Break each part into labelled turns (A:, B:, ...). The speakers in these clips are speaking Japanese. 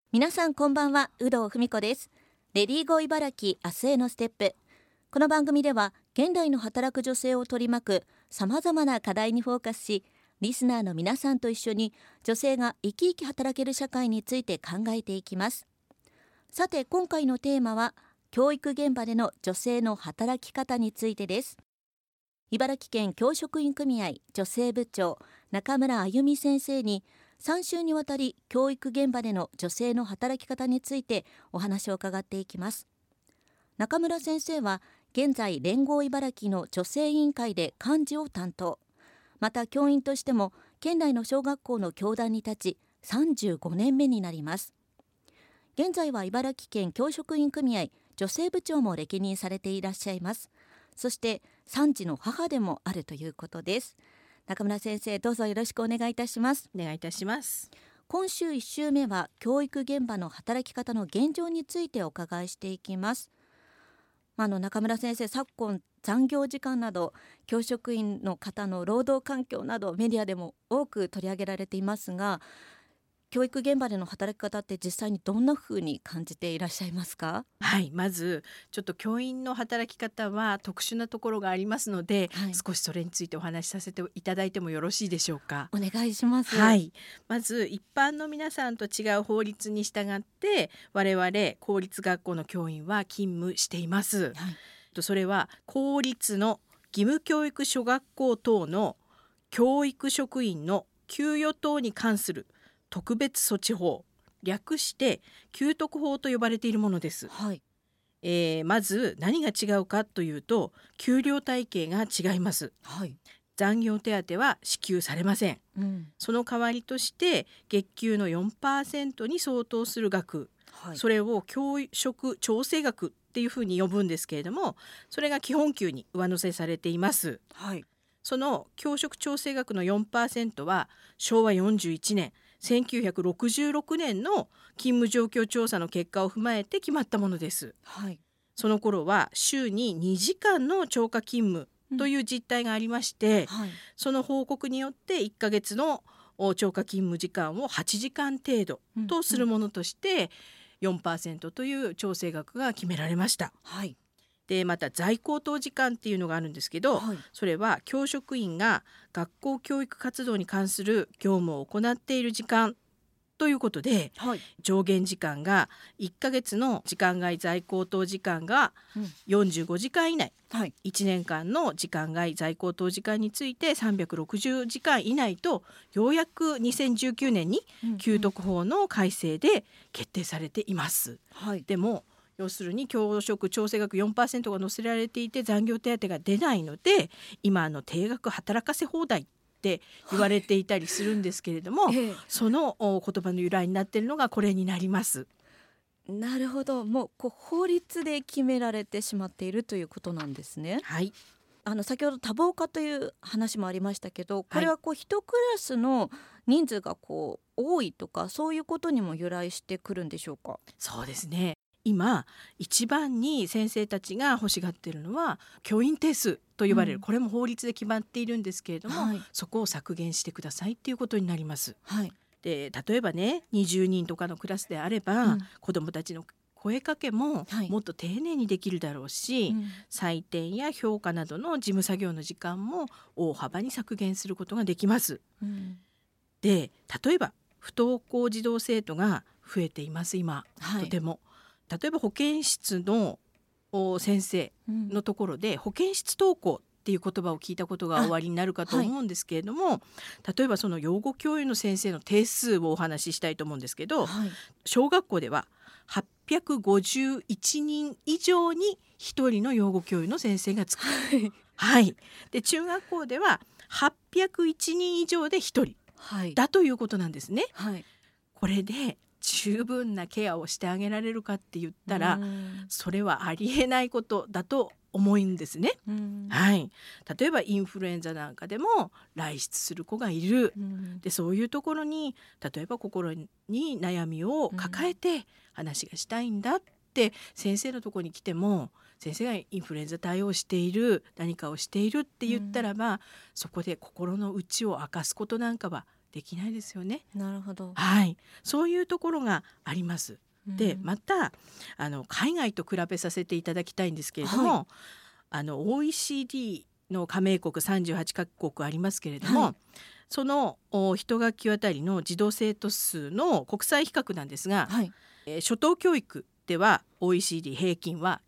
A: 皆さんこんばんは、有働文子です。レディーゴー茨城、明日へのステップ。この番組では現代の働く女性を取り巻くさまざまな課題にフォーカスし、リスナーの皆さんと一緒に女性が生き生き働ける社会について考えていきます。さて、今回のテーマは教育現場での女性の働き方についてです。茨城県教職員組合女性部長中村あゆみ先生に3週にわたり教育現場での女性の働き方についてお話を伺っていきます。中村先生は現在連合茨城の女性委員会で幹事を担当、また教員としても県内の小学校の教壇に立ち35年目になります。現在は茨城県教職員組合女性部長も歴任されていらっしゃいます。そして3児の母でもあるということです。中村先生、どうぞよろしくお願いいたします。
B: お願いいたします。
A: 今週1週目は教育現場の働き方の現状についてお伺いしていきます。中村先生、昨今残業時間など教職員の方の労働環境などメディアでも多く取り上げられていますが、教育現場での働き方って実際にどんな風に感じていらっしゃいますか？
B: はい、まずちょっと教員の働き方は特殊なところがありますので、少しそれについてお話しさせていただいてもよろしいでしょうか？
A: お願いします。
B: はい、まず一般の皆さんと違う法律に従って我々公立学校の教員は勤務しています。それは公立の義務教育諸学校等の教育職員の給与等に関する特別措置法、略して給特法と呼ばれているものです。まず何が違うかというと、給料体系が違います。残業手当は支給されません。その代わりとして月給の 4% に相当する額、それを教職調整額っていうふうに呼ぶんですけれども、それが基本給に上乗せされています。その教職調整額の 4% は昭和41年1966年の勤務状況調査の結果を踏まえて決まったものです。その頃は週に2時間の超過勤務という実態がありまして、その報告によって1ヶ月の超過勤務時間を8時間程度とするものとして、4% という調整額が決められました。でまた在校等時間っていうのがあるんですけど、それは教職員が学校教育活動に関する業務を行っている時間ということで、上限時間が1ヶ月の時間外在校等時間が45時間以内、1年間の時間外在校等時間について360時間以内と、ようやく2019年に給特法の改正で決定されています。でも要するに教職調整額 4% が載せられていて残業手当が出ないので、今定額働かせ放題って言われていたりするんですけれども、その言葉の由来になっているのがこれになります。
A: なるほど、もう法律で決められてしまっているということなんですね。先ほど多忙化という話もありましたけど、これは一クラスの人数が多いとか、そういうことにも由来してくるんでしょうか？
B: そうですね。今一番に先生たちが欲しがっているのは教員定数と呼ばれる、これも法律で決まっているんですけれども、そこを削減してくださいっていうことになります。で例えばね、20人とかのクラスであれば、子どもたちの声かけももっと丁寧にできるだろうし、採点や評価などの事務作業の時間も大幅に削減することができます。で例えば不登校児童生徒が増えています今、とても。例えば保健室の先生のところで、保健室登校っていう言葉を聞いたことがおありになるかと思うんですけれども、例えばその養護教諭の先生の定数をお話ししたいと思うんですけど、小学校では851人以上に1人の養護教諭の先生がつく。で中学校では801人以上で1人だということなんですね。これで十分なケアをしてあげられるかって言ったら、それはありえないことだと思うんですね。例えばインフルエンザなんかでも来室する子がいる。でそういうところに例えば心に悩みを抱えて話がしたいんだって先生のところに来ても、先生がインフルエンザ対応している、何かをしているって言ったらば、そこで心の内を明かすことなんかはできないですよね。
A: なるほど。
B: はい、そういうところがあります。でまた海外と比べさせていただきたいんですけれども、OECD の加盟国38カ国ありますけれども、
A: はい、
B: その一学級あたりの児童生徒数の国際比較なんですが、
A: はい、
B: 初等教育では OECD 平均は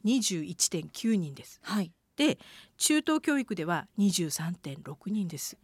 B: 21.9 人です。
A: はい、
B: で中等教育では 23.6 人です。
A: うん、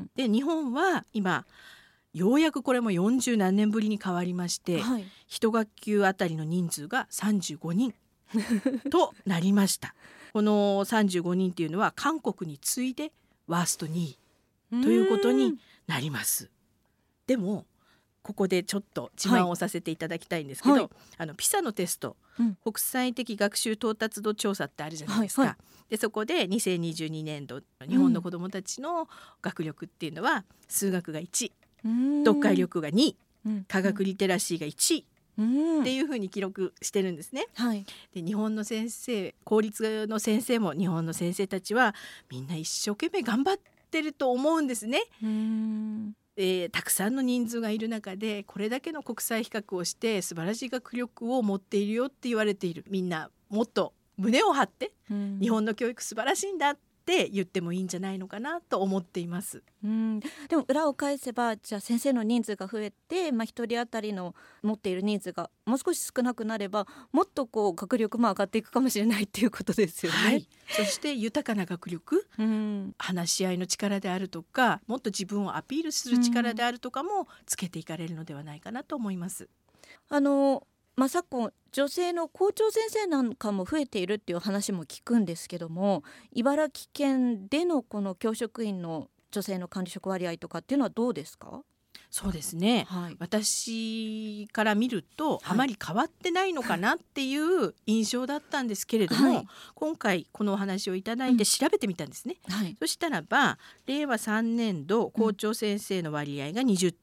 B: で日本は今ようやくこれも40何年ぶりに変わりまして、
A: はい、
B: 一学級あたりの人数が35人となりました。この35人っていうのは韓国に次いでワースト2位ということになります。でもここでちょっと自慢をさせていただきたいんですけど、
A: はい
B: ピサのテスト、国際的学習到達度調査ってあるじゃないですか、
A: はいはい、
B: でそこで2022年度日本の子どもたちの学力っていうのは、数学が1位、読解力が2位、科学リテラシーが1位っていうふうに記録してるんですね。
A: はい、
B: で日本の先生、公立の先生も日本の先生たちはみんな一生懸命頑張ってると思うんですね。たくさんの人数がいる中でこれだけの国際比較をして素晴らしい学力を持っているよって言われている。みんなもっと胸を張って日本の教育素晴らしいんだって言ってもいいんじゃないのかなと思っています。
A: でも裏を返せば、じゃあ先生の人数が増えて、1人当たりの持っている人数がもう少し少なくなれば、もっと学力も上がっていくかもしれないっていうことですよね。
B: はい、そして豊かな学力、話し合いの力であるとか、もっと自分をアピールする力であるとかもつけていかれるのではないかなと思います。
A: 昨今女性の校長先生なんかも増えているっていう話も聞くんですけども、茨城県でのこの教職員の女性の管理職割合とかっていうのはどうですか？
B: そうですね、
A: はい、
B: 私から見ると、
A: はい、
B: あまり変わってないのかなっていう印象だったんですけれども、
A: はい、
B: 今回このお話をいただいて調べてみたんですね。
A: はい、
B: そしたらば令和3年度校長先生の割合が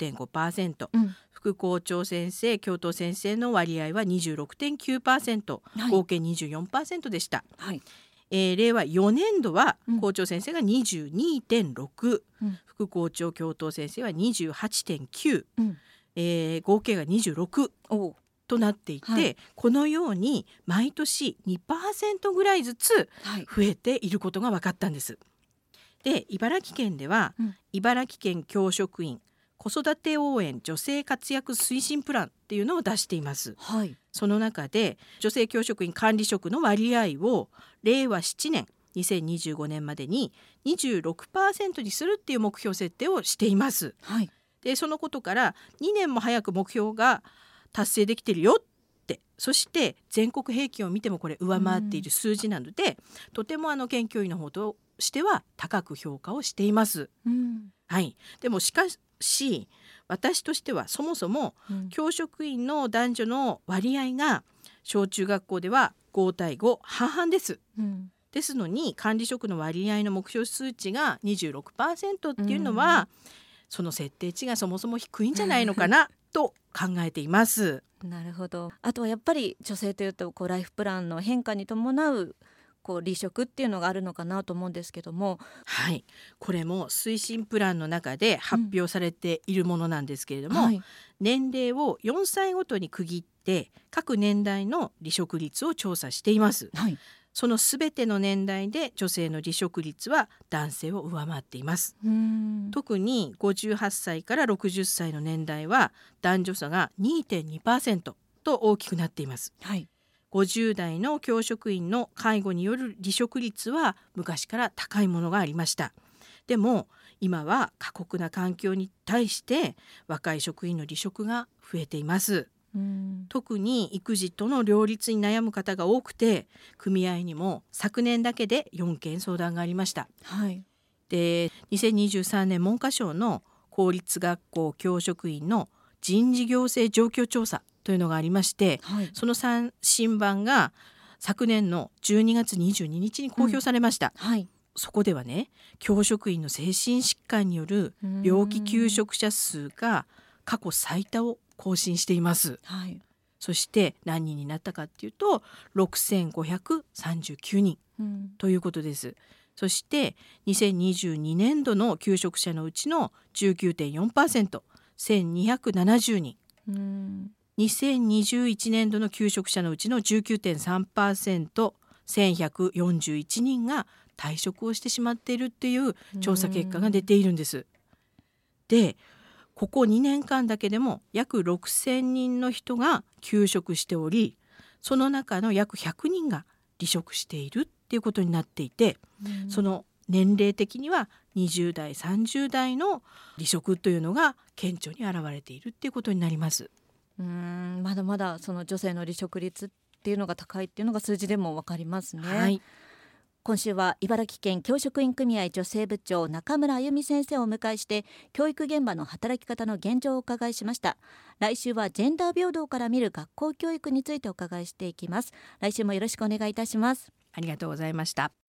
B: 20.5%、副校長先生、教頭先生の割合は 26.9%、合計 24% でした。
A: はい、
B: 令和4年度は校長先生が 22.6、副校長教頭先生は 28.9、合計が26となっていて、はい、このように毎年 2% ぐらいずつ増えていることが分かったんです。で茨城県では、茨城県教職員子育て応援女性活躍推進プランっていうのを出しています。
A: はい、
B: その中で女性教職員管理職の割合を令和7年2025年までに 26% にするっていう目標設定をしています。
A: はい、
B: でそのことから2年も早く目標が達成できてるよって、そして全国平均を見てもこれ上回っている数字なので、とても県教委の方としては高く評価をしています。はい、でもしかし私としてはそもそも教職員の男女の割合が小中学校では5対5半々です、ですのに管理職の割合の目標数値が 26% っていうのは、その設定値がそもそも低いんじゃないのかなと考えています。
A: なるほど。あとはやっぱり女性というとライフプランの変化に伴う離職っていうのがあるのかなと思うんですけども、
B: はい、これも推進プランの中で発表されているものなんですけれども、
A: はい、
B: 年齢を4歳ごとに区切って各年代の離職率を調査しています。
A: はい、
B: そのすべての年代で女性の離職率は男性を上回っています。特に58歳から60歳の年代は男女差が 2.2% と大きくなっています。
A: はい、
B: 50代の教職員の介護による離職率は昔から高いものがありました。でも今は過酷な環境に対して若い職員の離職が増えています。特に育児との両立に悩む方が多くて、組合にも昨年だけで4件相談がありました。
A: はい、
B: で2023年文科省の公立学校教職員の人事行政状況調査というのがありまして、
A: はい、
B: その最新版が昨年の12月22日に公表されました。
A: はい、
B: そこではね、教職員の精神疾患による病気休職者数が過去最多を更新しています。
A: はい、
B: そして何人になったかっていうと6539人ということです。 そして2022年度の求職者のうちの 19.4%、1270人、2021年度の求職者のうちの 19.3%、1141人が退職をしてしまっているっていう調査結果が出ているんです。で、ここ2年間だけでも約6000人の人が休職しており、その中の約100人が離職しているっていうことになっていて、その年齢的には20代30代の離職というのが顕著に現れているっていうことになります。
A: まだまだその女性の離職率っていうのが高いっていうのが数字でも分かりますね。はい、今週は茨城県教職員組合女性部長中村あゆみ先生をお迎えして教育現場の働き方の現状をお伺いしました。来週はジェンダー平等から見る学校教育についてお伺いしていきます。来週もよろしくお願いいたします。
B: ありがとうございました。